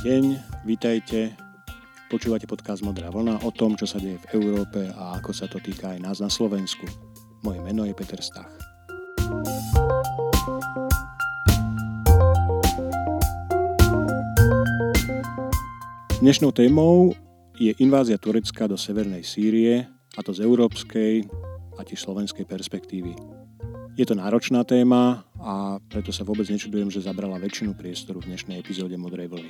deň, vítajte. Počúvate podcast Modrá vlna o tom, čo sa deje v Európe a ako sa to týka aj nás na Slovensku. Moje meno je Peter Stach. Dnešnou témou je invázia Turecka do severnej Sýrie, a to z európskej a tiež slovenskej perspektívy. Je to náročná téma a preto sa vôbec nečudujem, že zabrala väčšinu priestoru v dnešnej epizóde Modrej vlny.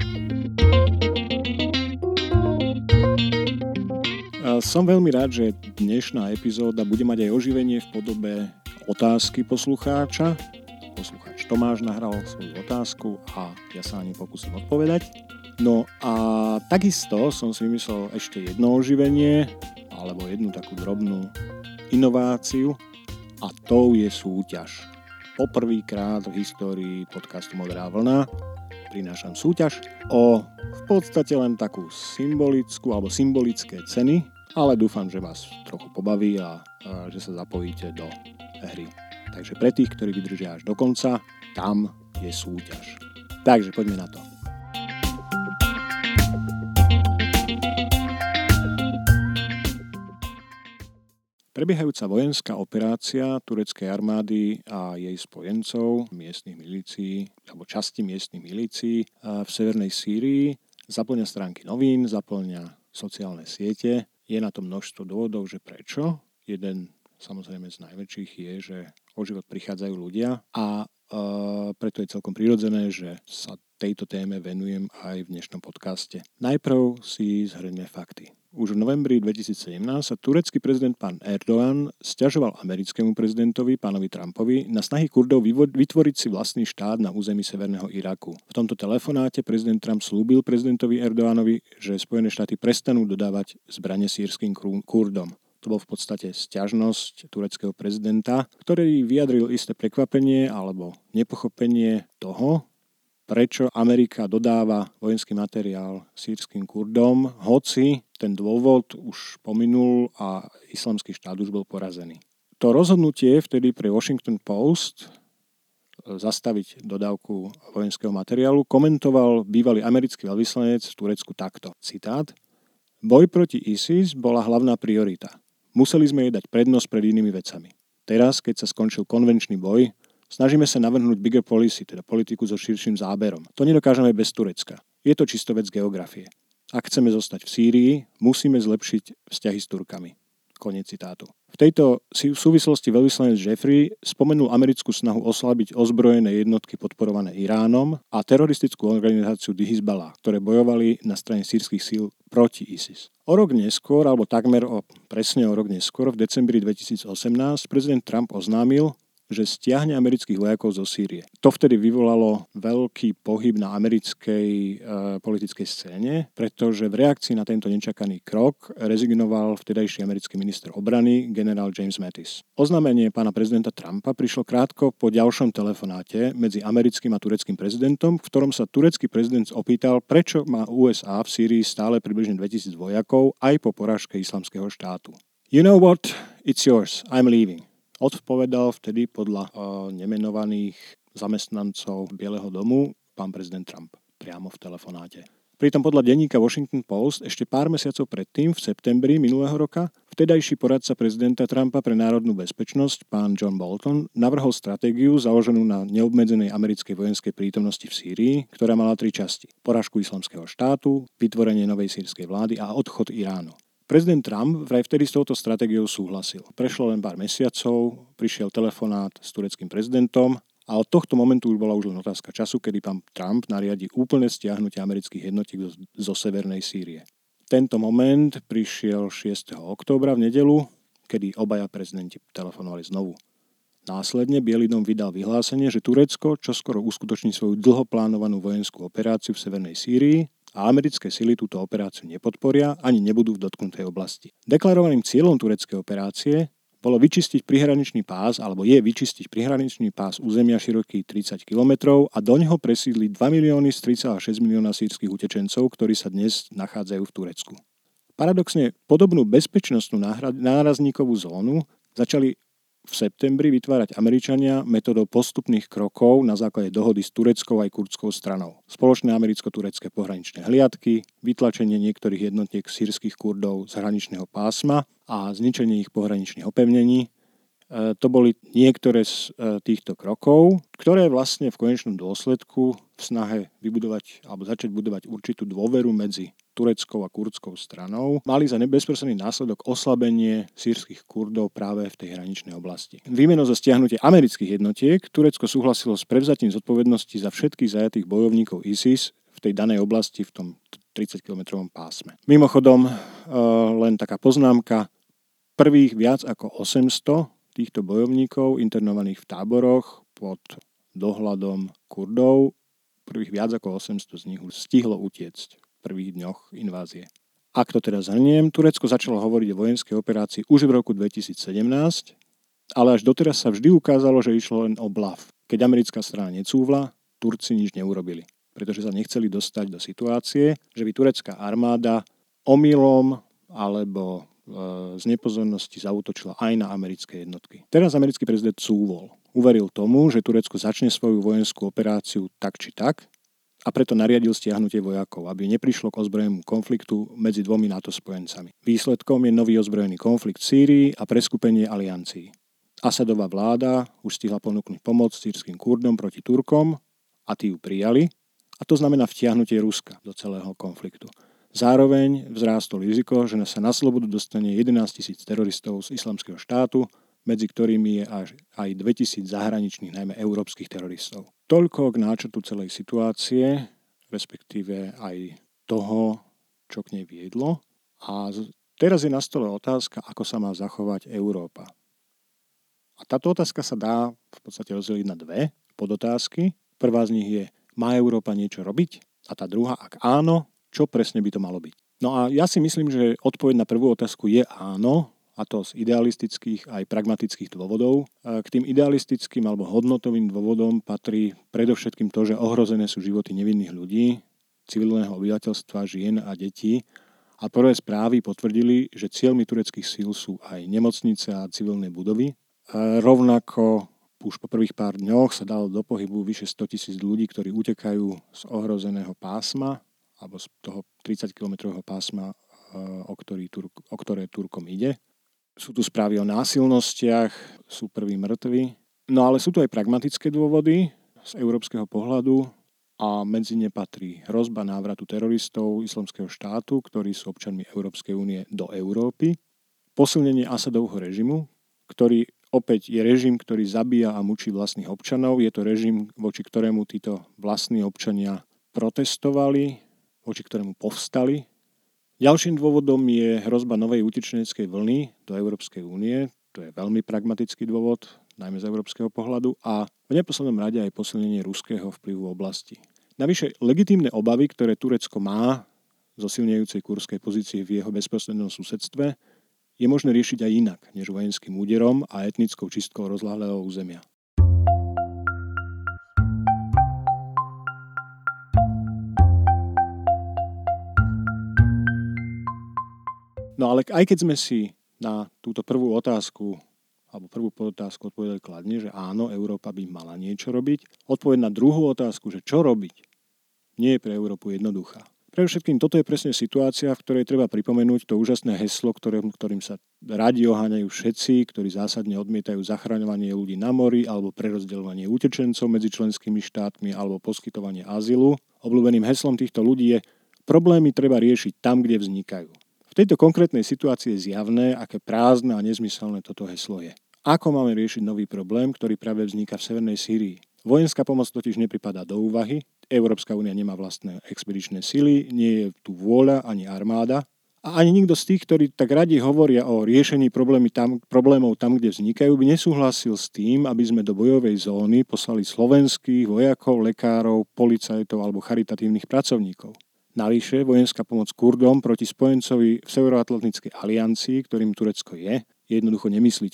Som veľmi rád, že dnešná epizóda bude mať aj oživenie v podobe otázky poslucháča. Poslucháč Tomáš nahral svoju otázku a ja sa na ňu pokúsim odpovedať. No a takisto som si vymyslel ešte jedno oživenie alebo jednu takú drobnú inováciu a to je súťaž. Poprvýkrát v histórii podcastu Modrá vlna prinášam súťaž o v podstate len takú symbolickú alebo symbolické ceny, ale dúfam, že vás trochu pobaví a že sa zapojíte do hry. Takže pre tých, ktorí vydržia až do konca, tam je súťaž. Takže poďme na to. Prebiehajúca vojenská operácia tureckej armády a jej spojencov, miestnych milícií alebo časti miestnych milícií v severnej Sýrii zaplňa stránky novín, zaplňa sociálne siete. Je na to množstvo dôvodov, že prečo. Jeden samozrejme z najväčších je, že o život prichádzajú ľudia a preto je celkom prirodzené, že sa tejto téme venujem aj v dnešnom podcaste. Najprv si zhrňme fakty. Už v novembri 2017 sa turecký prezident pán Erdogan sťažoval americkému prezidentovi, pánovi Trumpovi, na snahy Kurdov vytvoriť si vlastný štát na území severného Iraku. V tomto telefonáte prezident Trump slúbil prezidentovi Erdoganovi, že Spojené štáty prestanú dodávať zbrane sýrskym Kurdom. To bol v podstate sťažnosť tureckého prezidenta, ktorý vyjadril isté prekvapenie alebo nepochopenie toho, prečo Amerika dodáva vojenský materiál sýrskym Kurdom, hoci ten dôvod už pominul a islamský štát už bol porazený. To rozhodnutie vtedy pre Washington Post zastaviť dodávku vojenského materiálu komentoval bývalý americký veľvyslanec v Turecku takto. Citát: Boj proti ISIS bola hlavná priorita. Museli sme jej dať prednosť pred inými vecami. Teraz, keď sa skončil konvenčný boj, snažíme sa navrhnúť bigger policy, teda politiku so širším záberom. To nedokážeme bez Turecka. Je to čisto vec geografie. Ak chceme zostať v Sýrii, musíme zlepšiť vzťahy s Turkami. Koniec citátu. V tejto súvislosti veľvyslanec Jeffrey spomenul americkú snahu oslabiť ozbrojené jednotky podporované Iránom a teroristickú organizáciu Hizballah, ktoré bojovali na strane sýrskych síl proti ISIS. O rok neskôr, alebo presne o rok neskôr, v decembri 2018, prezident Trump oznámil, že stiahne amerických vojakov zo Sýrie. To vtedy vyvolalo veľký pohyb na americkej politickej scéne, pretože v reakcii na tento nečakaný krok rezignoval vtedajší americký minister obrany generál James Mattis. Oznámenie pána prezidenta Trumpa prišlo krátko po ďalšom telefonáte medzi americkým a tureckým prezidentom, v ktorom sa turecký prezident opýtal, prečo má USA v Sýrii stále približne 2000 vojakov aj po porážke islamského štátu. You know what? It's yours. I'm leaving. Odpovedal vtedy podľa nemenovaných zamestnancov Bieleho domu pán prezident Trump priamo v telefonáte. Pritom podľa denníka Washington Post ešte pár mesiacov predtým, v septembri minulého roka, vtedajší poradca prezidenta Trumpa pre národnú bezpečnosť, pán John Bolton, navrhol stratégiu založenú na neobmedzenej americkej vojenskej prítomnosti v Sýrii, ktorá mala 3 časti. Porážku islamského štátu, vytvorenie novej sýrskej vlády a odchod Iránu. Prezident Trump vraj vtedy s touto stratégiou súhlasil. Prešlo len pár mesiacov, prišiel telefonát s tureckým prezidentom a od tohto momentu už bola len otázka času, kedy pán Trump nariadi úplné stiahnutie amerických jednotiek zo severnej Sýrie. Tento moment prišiel 6. októbra v nedeľu, kedy obaja prezidenti telefonovali znovu. Následne Bielý dom vydal vyhlásenie, že Turecko čoskoro uskutoční svoju dlho plánovanú vojenskú operáciu v severnej Sýrii a americké sily túto operáciu nepodporia ani nebudú v dotknutej oblasti. Deklarovaným cieľom tureckej operácie bolo vyčistiť prihraničný pás, alebo je vyčistiť prihraničný pás územia široký 30 km a do neho presídliť 2 milióny z 3,6 milióna sýrskych utečencov, ktorí sa dnes nachádzajú v Turecku. Paradoxne, podobnú bezpečnostnú nárazníkovú zónu začali v septembri vytvárať Američania metodou postupných krokov na základe dohody s tureckou aj kurdskou stranou. Spoločné americko-turecké pohraničné hliadky, vytlačenie niektorých jednotiek sýrskych Kurdov z hraničného pásma a zničenie ich pohraničných opevnení. To boli niektoré z týchto krokov, ktoré vlastne v konečnom dôsledku v snahe vybudovať alebo začať budovať určitú dôveru medzi tureckou a kurdskou stranou mali za bezprostredný následok oslabenie sýrskych Kurdov práve v tej hraničnej oblasti. Výmenou za stiahnutie amerických jednotiek Turecko súhlasilo s prevzatím zodpovednosti za všetkých zajatých bojovníkov ISIS v tej danej oblasti v tom 30-kilometrovom pásme. Mimochodom, len taká poznámka, prvých viac ako 800 týchto bojovníkov internovaných v táboroch pod dohľadom Kurdov, prvých viac ako 800 z nich už stihlo utiecť v prvých dňoch invázie. Ak to teda zhrniem, Turecko začalo hovoriť o vojenskej operácii už v roku 2017, ale až doteraz sa vždy ukázalo, že išlo len o blaf. Keď americká strana necúvla, Turci nič neurobili, pretože sa nechceli dostať do situácie, že by turecká armáda omylom alebo z nepozornosti zaútočila aj na americké jednotky. Teraz americký prezident cúvol. Uveril tomu, že Turecko začne svoju vojenskú operáciu tak či tak a preto nariadil stiahnutie vojakov, aby neprišlo k ozbrojenému konfliktu medzi dvomi NATO spojencami. Výsledkom je nový ozbrojený konflikt v Sýrii a preskupenie aliancií. Asadová vláda už stihla ponúknuť pomoc sýrskym Kurdom proti Turkom a tí ju prijali, a to znamená vtiahnutie Ruska do celého konfliktu. Zároveň vzrástlo riziko, že sa na slobodu dostane 11 000 teroristov z Islamského štátu, medzi ktorými je až aj 2000 zahraničných, najmä európskych teroristov. Toľko k náčrtu celej situácie, respektíve aj toho, čo k nej viedlo. A teraz je na stole otázka, ako sa má zachovať Európa. A táto otázka sa dá v podstate rozdeliť na dve podotázky. Prvá z nich je, má Európa niečo robiť? A tá druhá, ak áno, čo presne by to malo byť? No a ja si myslím, že odpoveď na prvú otázku je áno, a to z idealistických aj pragmatických dôvodov. K tým idealistickým alebo hodnotovým dôvodom patrí predovšetkým to, že ohrozené sú životy nevinných ľudí, civilného obyvateľstva, žien a detí. A prvé správy potvrdili, že cieľmi tureckých síl sú aj nemocnice a civilné budovy. Rovnako už po prvých pár dňoch sa dalo do pohybu vyše 100 000 ľudí, ktorí utekajú z ohrozeného pásma alebo z toho 30-kilometrového pásma, o ktoré Turkom ide. Sú tu správy o násilnostiach, sú prví mŕtvi. No ale sú tu aj pragmatické dôvody z európskeho pohľadu a medzi ne patrí hrozba návratu teroristov Islamského štátu, ktorí sú občanmi Európskej únie, do Európy. Posilnenie Asadovho režimu, ktorý opäť je režim, ktorý zabíja a mučí vlastných občanov. Je to režim, voči ktorému títo vlastní občania protestovali, voči ktorému povstali. Ďalším dôvodom je hrozba novej utečeneckej vlny do Európskej únie. To je veľmi pragmatický dôvod, najmä z európskeho pohľadu. A v neposlednom rade aj posilnenie ruského vplyvu v oblasti. Navyše legitímne obavy, ktoré Turecko má zo silnejúcej kurdskej pozície v jeho bezprostrednom susedstve, je možné riešiť aj inak, než vojenským úderom a etnickou čistkou rozľahlého územia. No ale aj keď sme si na túto prvú otázku alebo prvú podotázku odpovedali kladne, že áno, Európa by mala niečo robiť, odpoveď na druhú otázku, že čo robiť, nie je pre Európu jednoduchá. Pre všetkým toto je presne situácia, v ktorej treba pripomenúť to úžasné heslo, ktorým sa radi oháňajú všetci, ktorí zásadne odmietajú zachraňovanie ľudí na mori alebo prerozdeľovanie utečencov medzi členskými štátmi alebo poskytovanie azylu. Obľúbeným heslom týchto ľudí je: problémy treba riešiť tam, kde vznikajú. V tejto konkrétnej situácii je zjavné, aké prázdne a nezmyselné toto heslo je. Ako máme riešiť nový problém, ktorý práve vzniká v severnej Sýrii? Vojenská pomoc totiž nepripadá do úvahy, Európska únia nemá vlastné expedičné sily, nie je tu vôľa ani armáda a ani nikto z tých, ktorí tak radi hovoria o riešení problémov tam, kde vznikajú, by nesúhlasil s tým, aby sme do bojovej zóny poslali slovenských vojakov, lekárov, policajtov alebo charitatívnych pracovníkov. Navyše, vojenská pomoc Kurdom proti spojencovi v Severoatlantickej aliancii, ktorým Turecko je jednoducho nemysliteľná.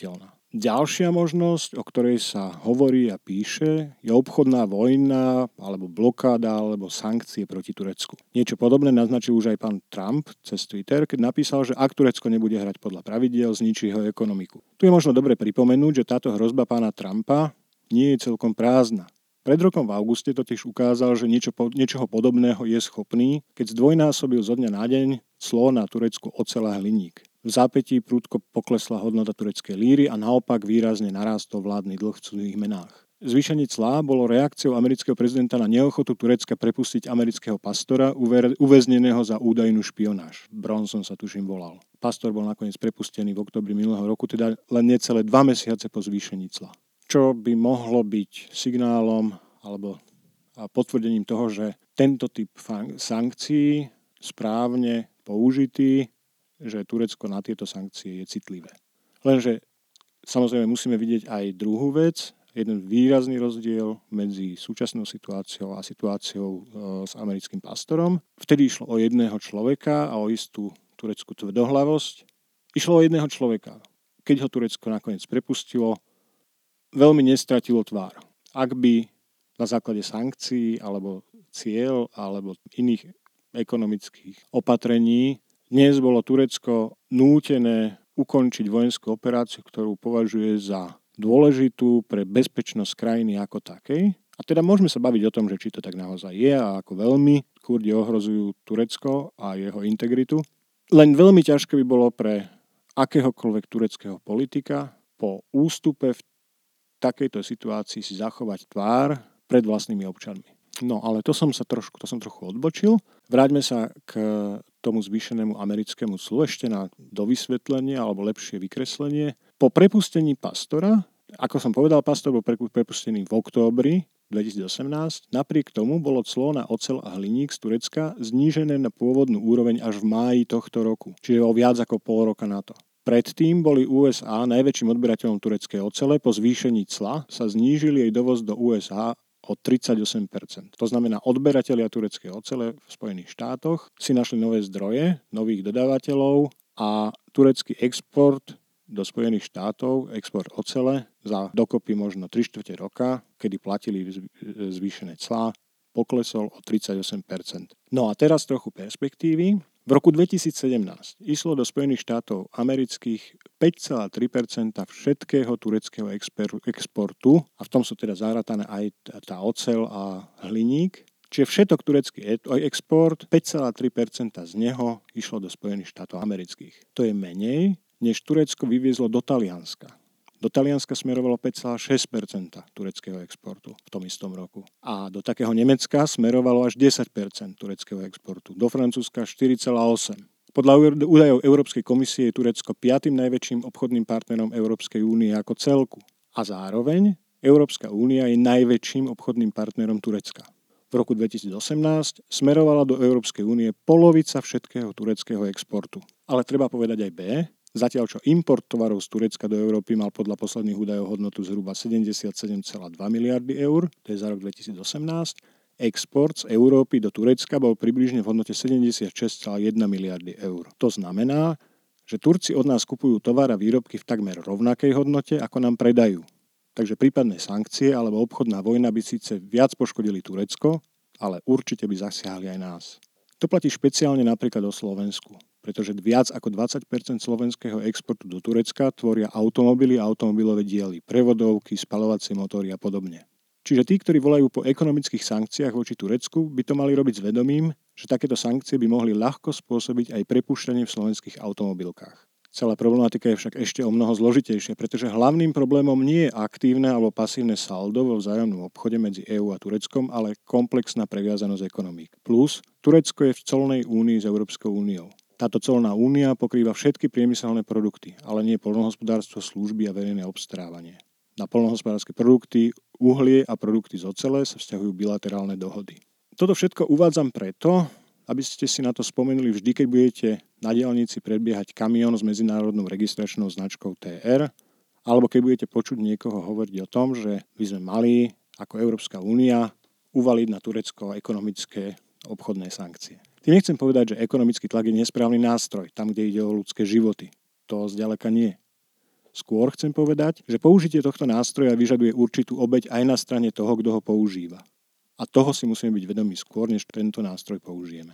Ďalšia možnosť, o ktorej sa hovorí a píše, je obchodná vojna alebo blokáda alebo sankcie proti Turecku. Niečo podobné naznačil už aj pán Trump cez Twitter, keď napísal, že ak Turecko nebude hrať podľa pravidiel, zničí jeho ekonomiku. Tu je možno dobre pripomenúť, že táto hrozba pána Trumpa nie je celkom prázdna. Pred rokom v auguste totiž ukázal, že niečoho podobného je schopný, keď zdvojnásobil zo dňa na deň clo na tureckú oceľ a hliník. V zápätí prudko poklesla hodnota tureckej líry a naopak výrazne narástol vládny dlh v cudzích menách. Zvýšenie cla bolo reakciou amerického prezidenta na neochotu Turecka prepustiť amerického pastora uväzneného za údajnú špionáž. Bronson sa tuším volal. Pastor bol nakoniec prepustený v októbri minulého roku, teda len necelé 2 mesiace po zvýšení cla. Čo by mohlo byť signálom alebo potvrdením toho, že tento typ sankcií správne použitý, že Turecko na tieto sankcie je citlivé. Lenže samozrejme musíme vidieť aj druhú vec, jeden výrazný rozdiel medzi súčasnou situáciou a situáciou s americkým pastorom. Vtedy išlo o jedného človeka a o istú tureckú tvrdohlavosť. Išlo o jedného človeka. Keď ho Turecko nakoniec prepustilo, veľmi nestratilo tvár. Ak by na základe sankcií alebo cieľ alebo iných ekonomických opatrení dnes bolo Turecko nútené ukončiť vojenskú operáciu, ktorú považuje za dôležitú pre bezpečnosť krajiny ako takej. A teda môžeme sa baviť o tom, že či to tak naozaj je a ako veľmi Kurdi ohrozujú Turecko a jeho integritu. Len veľmi ťažké by bolo pre akéhokoľvek tureckého politika po ústupe v takejto situácii si zachovať tvár pred vlastnými občanmi. No ale to som trochu odbočil. Vráťme sa k tomu zvýšenému americkému clu ešte na dovysvetlenie alebo lepšie vykreslenie. Po prepustení pastora, ako som povedal, pastor bol prepustený v októbri 2018, napriek tomu bolo clo na oceľ a hliník z Turecka znížené na pôvodnú úroveň až v máji tohto roku, čiže o viac ako pol roka na to. Predtým boli USA najväčším odberateľom tureckej ocele, po zvýšení cla sa znížili jej dovoz do USA o 38%. To znamená, odberatelia tureckej ocele v Spojených štátoch si našli nové zdroje, nových dodávateľov a turecký export do Spojených štátov, export ocele za dokopy možno 3/4 roka, kedy platili zvýšené clá, poklesol o 38%. No a teraz trochu perspektívy. V roku 2017 išlo do Spojených štátov amerických 5,3% všetkého tureckého exportu a v tom sú teda zarátané aj tá oceľ a hliník. Čiže všetok turecký export, 5,3% z neho išlo do Spojených štátov amerických. To je menej, než Turecko vyviezlo do Talianska. Do Talianska smerovalo 5,6% tureckého exportu v tom istom roku. A do takého Nemecka smerovalo až 10% tureckého exportu. Do Francúzska 4,8%. Podľa údajov Európskej komisie je Turecko 5. najväčším obchodným partnerom Európskej únie ako celku. A zároveň Európska únia je najväčším obchodným partnerom Turecka. V roku 2018 smerovala do Európskej únie polovica všetkého tureckého exportu. Ale treba povedať aj B. Zatiaľ čo import tovarov z Turecka do Európy mal podľa posledných údajov hodnotu zhruba 77,2 miliardy eur, to je za rok 2018, export z Európy do Turecka bol približne v hodnote 76,1 miliardy eur. To znamená, že Turci od nás kupujú tovar a výrobky v takmer rovnakej hodnote, ako nám predajú. Takže prípadné sankcie alebo obchodná vojna by síce viac poškodili Turecko, ale určite by zasiahli aj nás. To platí špeciálne napríklad o Slovensku, pretože viac ako 20% slovenského exportu do Turecka tvoria automobily a automobilové diely, prevodovky, spaľovacie motory a podobne. Čiže tí, ktorí volajú po ekonomických sankciách voči Turecku, by to mali robiť s vedomím, že takéto sankcie by mohli ľahko spôsobiť aj prepušťanie v slovenských automobilkách. Celá problematika je však ešte o mnoho zložitejšia, pretože hlavným problémom nie je aktívne alebo pasívne saldo vo vzájomnom obchode medzi EÚ a Tureckom, ale komplexná previazanosť ekonomík. Plus, Turecko je v colnej únii s Európskou úniou. Táto colná únia pokrýva všetky priemyselné produkty, ale nie poľnohospodárstvo, služby a verejné obstarávanie. Na poľnohospodárske produkty, uhlie a produkty z ocele sa vzťahujú bilaterálne dohody. Toto všetko uvádzam preto, aby ste si na to spomenuli vždy, keď budete na diaľnici predbiehať kamión s medzinárodnou registračnou značkou TR, alebo keď budete počuť niekoho hovoriť o tom, že by sme mali ako Európska únia uvaliť na Turecko ekonomické obchodné sankcie. Tým nechcem povedať, že ekonomický tlak je nesprávny nástroj, tam, kde ide o ľudské životy. To zďaleka nie. Skôr chcem povedať, že použitie tohto nástroja vyžaduje určitú obeť aj na strane toho, kto ho používa. A toho si musíme byť vedomí skôr, než tento nástroj použijeme.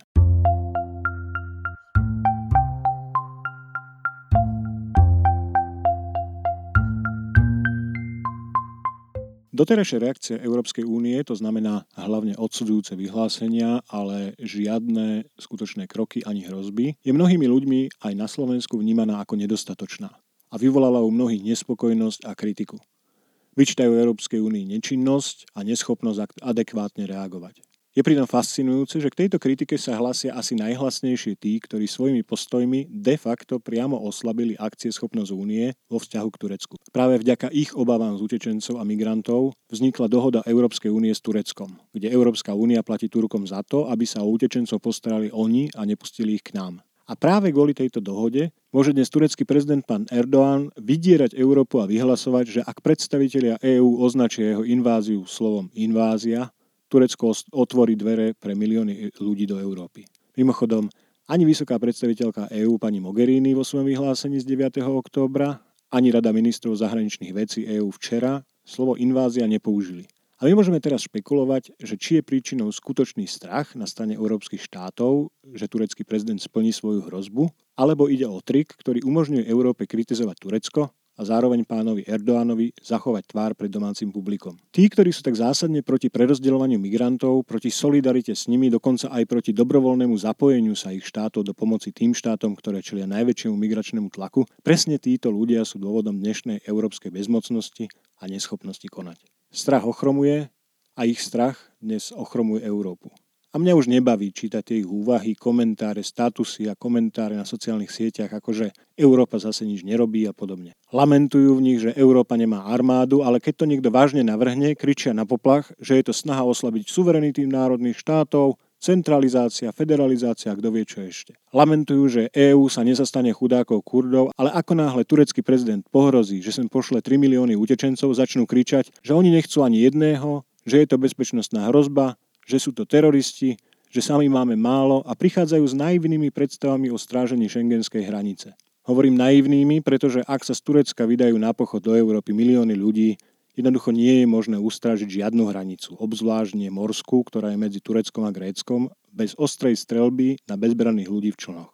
Doterajšia reakcia Európskej únie, to znamená hlavne odsudzujúce vyhlásenia, ale žiadne skutočné kroky ani hrozby, je mnohými ľuďmi aj na Slovensku vnímaná ako nedostatočná a vyvolala u mnohých nespokojnosť a kritiku. Vyčítajú Európskej únii nečinnosť a neschopnosť adekvátne reagovať. Je pritom fascinujúce, že k tejto kritike sa hlásia asi najhlasnejšie tí, ktorí svojimi postojmi de facto priamo oslabili akcieschopnosť únie vo vzťahu k Turecku. Práve vďaka ich obavám z utečencov a migrantov vznikla dohoda Európskej únie s Tureckom, kde Európska únia platí Turkom za to, aby sa o utečencov postarali oni a nepustili ich k nám. A práve kvôli tejto dohode môže dnes turecký prezident pán Erdoğan vydierať Európu a vyhlasovať, že ak predstavitelia EÚ označia jeho inváziu slovom invázia, Turecko otvorí dvere pre milióny ľudí do Európy. Mimochodom, ani vysoká predstaviteľka EÚ pani Mogherini vo svojom vyhlásení z 9. októbra, ani Rada ministrov zahraničných vecí EÚ včera slovo invázia nepoužili. A my môžeme teraz špekulovať, že či je príčinou skutočný strach na strane európskych štátov, že turecký prezident splní svoju hrozbu, alebo ide o trik, ktorý umožňuje Európe kritizovať Turecko a zároveň pánovi Erdoğanovi zachovať tvár pred domácim publikom. Tí, ktorí sú tak zásadne proti prerozdeľovaniu migrantov, proti solidarite s nimi, dokonca aj proti dobrovoľnému zapojeniu sa ich štátov do pomoci tým štátom, ktoré čelia najväčšiemu migračnému tlaku, presne títo ľudia sú dôvodom dnešnej európskej bezmocnosti a neschopnosti konať. Strach ochromuje a ich strach dnes ochromuje Európu. A mňa už nebaví čítať ich úvahy, komentáre, statusy a komentáre na sociálnych sieťach, ako že Európa zase nič nerobí a podobne. Lamentujú v nich, že Európa nemá armádu, ale keď to niekto vážne navrhne, kričia na poplach, že je to snaha oslabiť suverenitu národných štátov, centralizácia, federalizácia a kto vie čo ešte. Lamentujú, že EÚ sa nezastane chudákov Kurdov, ale ako náhle turecký prezident pohrozí, že sem pošle 3 milióny utečencov, začnú kričať, že oni nechcú ani jedného, že je to bezpečnostná hrozba, že sú to teroristi, že sami máme málo a prichádzajú s naivnými predstavami o strážení šengenskej hranice. Hovorím naivnými, pretože ak sa z Turecka vydajú na pochod do Európy milióny ľudí, jednoducho nie je možné ustrážiť žiadnu hranicu, obzvlášť nie morskú, ktorá je medzi Tureckom a Gréckom, bez ostrej streľby na bezbranných ľudí v člnoch.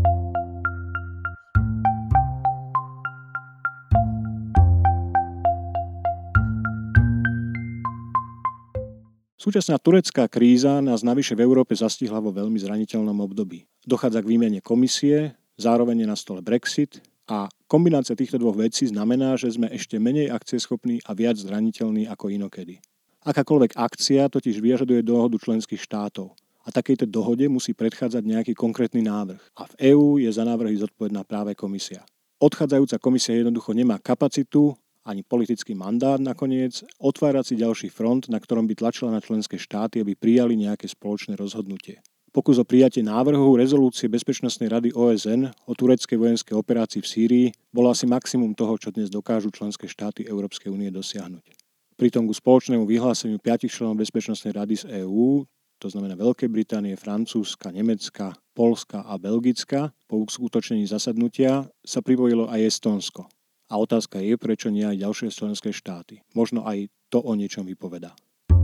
Súčasná turecká kríza nás navyše v Európe zastihla vo veľmi zraniteľnom období. Dochádza k výmene komisie, zároveň je na stole Brexit a kombinácia týchto dvoch vecí znamená, že sme ešte menej akcieschopní a viac zraniteľní ako inokedy. Akákoľvek akcia totiž vyžaduje dohodu členských štátov a takejto dohode musí predchádzať nejaký konkrétny návrh. A v EÚ je za návrhy zodpovedná práve komisia. Odchádzajúca komisia jednoducho nemá kapacitu ani politický mandát nakoniec, otvárať si ďalší front, na ktorom by tlačila na členské štáty, aby prijali nejaké spoločné rozhodnutie. Pokus o prijatie návrhu rezolúcie Bezpečnostnej rady OSN o tureckej vojenskej operácii v Sýrii bolo asi maximum toho, čo dnes dokážu členské štáty Európskej únie dosiahnuť. Pritom ku spoločnému vyhláseniu 5 členov Bezpečnostnej rady z EÚ, to znamená Veľkej Británie, Francúzska, Nemecka, Poľska a Belgicka, po uskutočnení zasadnutia sa pripojilo aj Estónsko. A otázka je, prečo nie aj ďalšie členské štáty. Možno aj to o niečom vypovedá.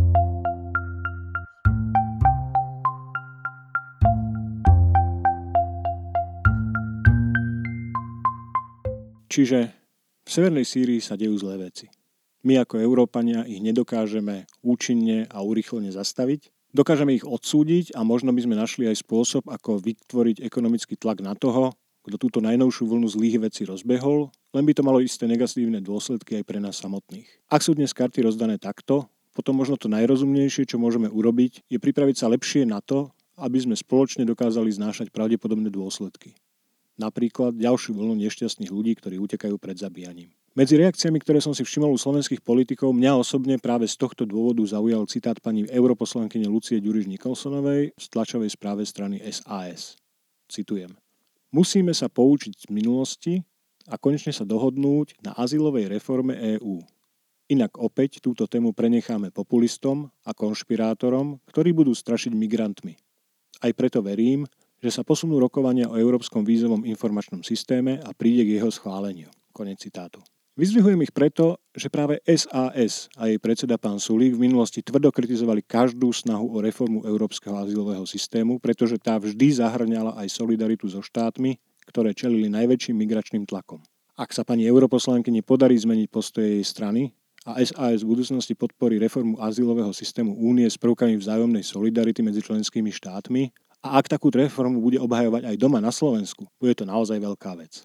Čiže v Severnej Sýrii sa dejú zlé veci. My ako Európania ich nedokážeme účinne a urýchlene zastaviť. Dokážeme ich odsúdiť a možno by sme našli aj spôsob, ako vytvoriť ekonomický tlak na toho, kto túto najnovšiu vlnu zlých vecí rozbehol, len by to malo isté negatívne dôsledky aj pre nás samotných. Ak sú dnes karty rozdané takto, potom možno to najrozumnejšie, čo môžeme urobiť, je pripraviť sa lepšie na to, aby sme spoločne dokázali znášať pravdepodobné dôsledky. Napríklad ďalšiu vlnu nešťastných ľudí, ktorí utekajú pred zabíjaním. Medzi reakciami, ktoré som si všimol u slovenských politikov, mňa osobne práve z tohto dôvodu zaujal citát pani europoslankyne Lucie Ďuriš-Nikolsonovej v tlačovej správe strany SAS. Citujem. Musíme sa poučiť z minulosti a konečne sa dohodnúť na azylovej reforme EÚ. Inak opäť túto tému prenecháme populistom a konšpirátorom, ktorí budú strašiť migrantmi. Aj preto verím, že sa posunú rokovania o Európskom vízovom informačnom systéme a príde k jeho schváleniu. Koniec citátu. Vyzdvihujem ich preto, že práve SAS a jej predseda pán Sulík v minulosti tvrdo kritizovali každú snahu o reformu európskeho azylového systému, pretože tá vždy zahŕňala aj solidaritu so štátmi, ktoré čelili najväčším migračným tlakom. Ak sa pani europoslankyni podarí zmeniť postoje jej strany a SAS v budúcnosti podporí reformu azylového systému Únie s prvkami vzájomnej solidarity medzi členskými štátmi a ak takúto reformu bude obhajovať aj doma na Slovensku, bude to naozaj veľká vec.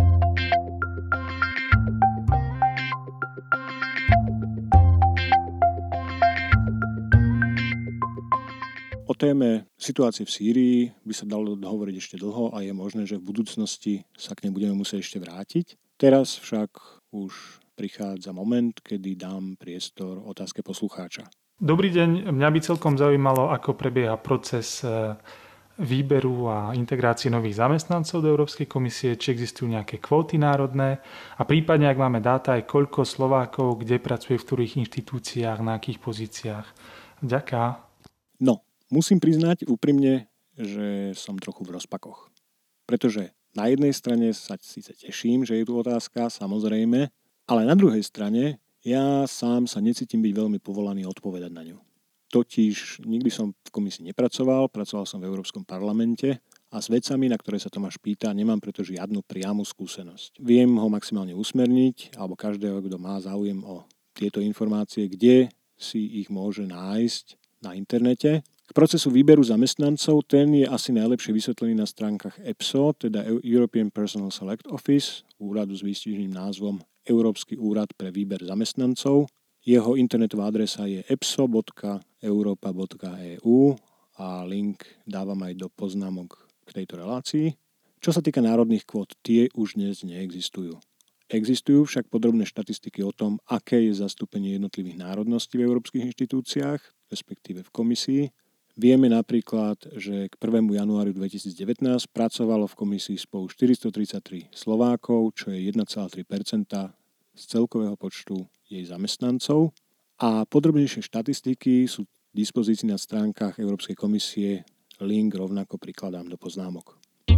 O téme situácie v Sýrii by sa dalo hovoriť ešte dlho a je možné, že v budúcnosti sa k nej budeme musieť ešte vrátiť. Teraz však už prichádza moment, kedy dám priestor otázke poslucháča. Dobrý deň, mňa by celkom zaujímalo, ako prebieha proces výberu a integrácie nových zamestnancov do Európskej komisie, či existujú nejaké kvóty národné a prípadne, ak máme dáta, aj koľko Slovákov, kde pracuje, v ktorých inštitúciách, na akých pozíciách. Ďakujem. No, musím priznať úprimne, že som trochu v rozpakoch. Pretože na jednej strane sa síce teším, že je tu otázka, samozrejme, ale na druhej strane ja sám sa necítim byť veľmi povolaný odpovedať na ňu. Totiž nikdy som v komisii nepracoval, pracoval som v Európskom parlamente a s vecami, na ktoré sa Tomáš pýta, nemám preto žiadnu priamu skúsenosť. Viem ho maximálne usmerniť, alebo každého, kto má záujem o tieto informácie, kde si ich môže nájsť na internete. K procesu výberu zamestnancov ten je asi najlepšie vysvetlený na stránkach EPSO, teda European Personal Select Office, úradu s výstižným názvom Európsky úrad pre výber zamestnancov. Jeho internetová adresa je epso.europa.eu a link dávam aj do poznámok k tejto relácii. Čo sa týka národných kvót, tie už dnes neexistujú. Existujú však podrobné štatistiky o tom, aké je zastúpenie jednotlivých národností v európskych inštitúciách, respektíve v komisii. Vieme napríklad, že k 1. januáriu 2019 pracovalo v komisii spolu 433 Slovákov, čo je 1,3% z celkového počtu jej zamestnancov. A podrobnejšie štatistiky sú k dispozícii na stránkach Európskej komisie. Link rovnako prikladám do poznámok.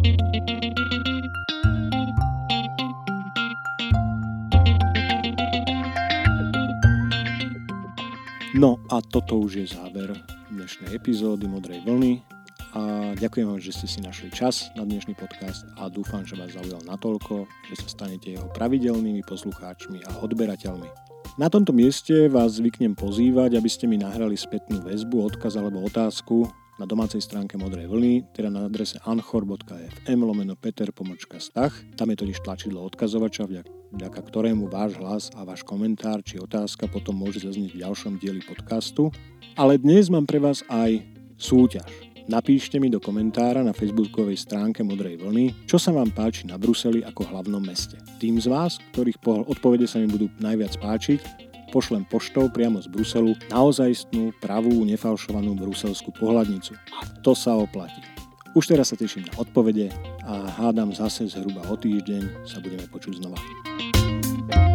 No a toto už je záver dnešnej epizódy Modrej vlny a ďakujem vám, že ste si našli čas na dnešný podcast a dúfam, že vás zaujal natoľko, že sa stanete jeho pravidelnými poslucháčmi a odberateľmi. Na tomto mieste vás zvyknem pozývať, aby ste mi nahrali spätnú väzbu, odkaz alebo otázku na domácej stránke Modrej vlny, teda na adrese anchor.fm/Peter_Stach. Tam je totiž tlačidlo odkazovača, vďaka ktorému váš hlas a váš komentár či otázka potom môže zaznieť v ďalšom dieli podcastu. Ale dnes mám pre vás aj súťaž. Napíšte mi do komentára na facebookovej stránke Modrej vlny, čo sa vám páči na Bruseli ako hlavnom meste. Tým z vás, ktorých odpovede sa mi budú najviac páčiť, pošlem poštou priamo z Bruselu naozajstnú, pravú, nefalšovanú bruselskú pohľadnicu. A to sa oplatí. Už teraz sa teším na odpovede a hádam zase zhruba o týždeň sa budeme počuť znova.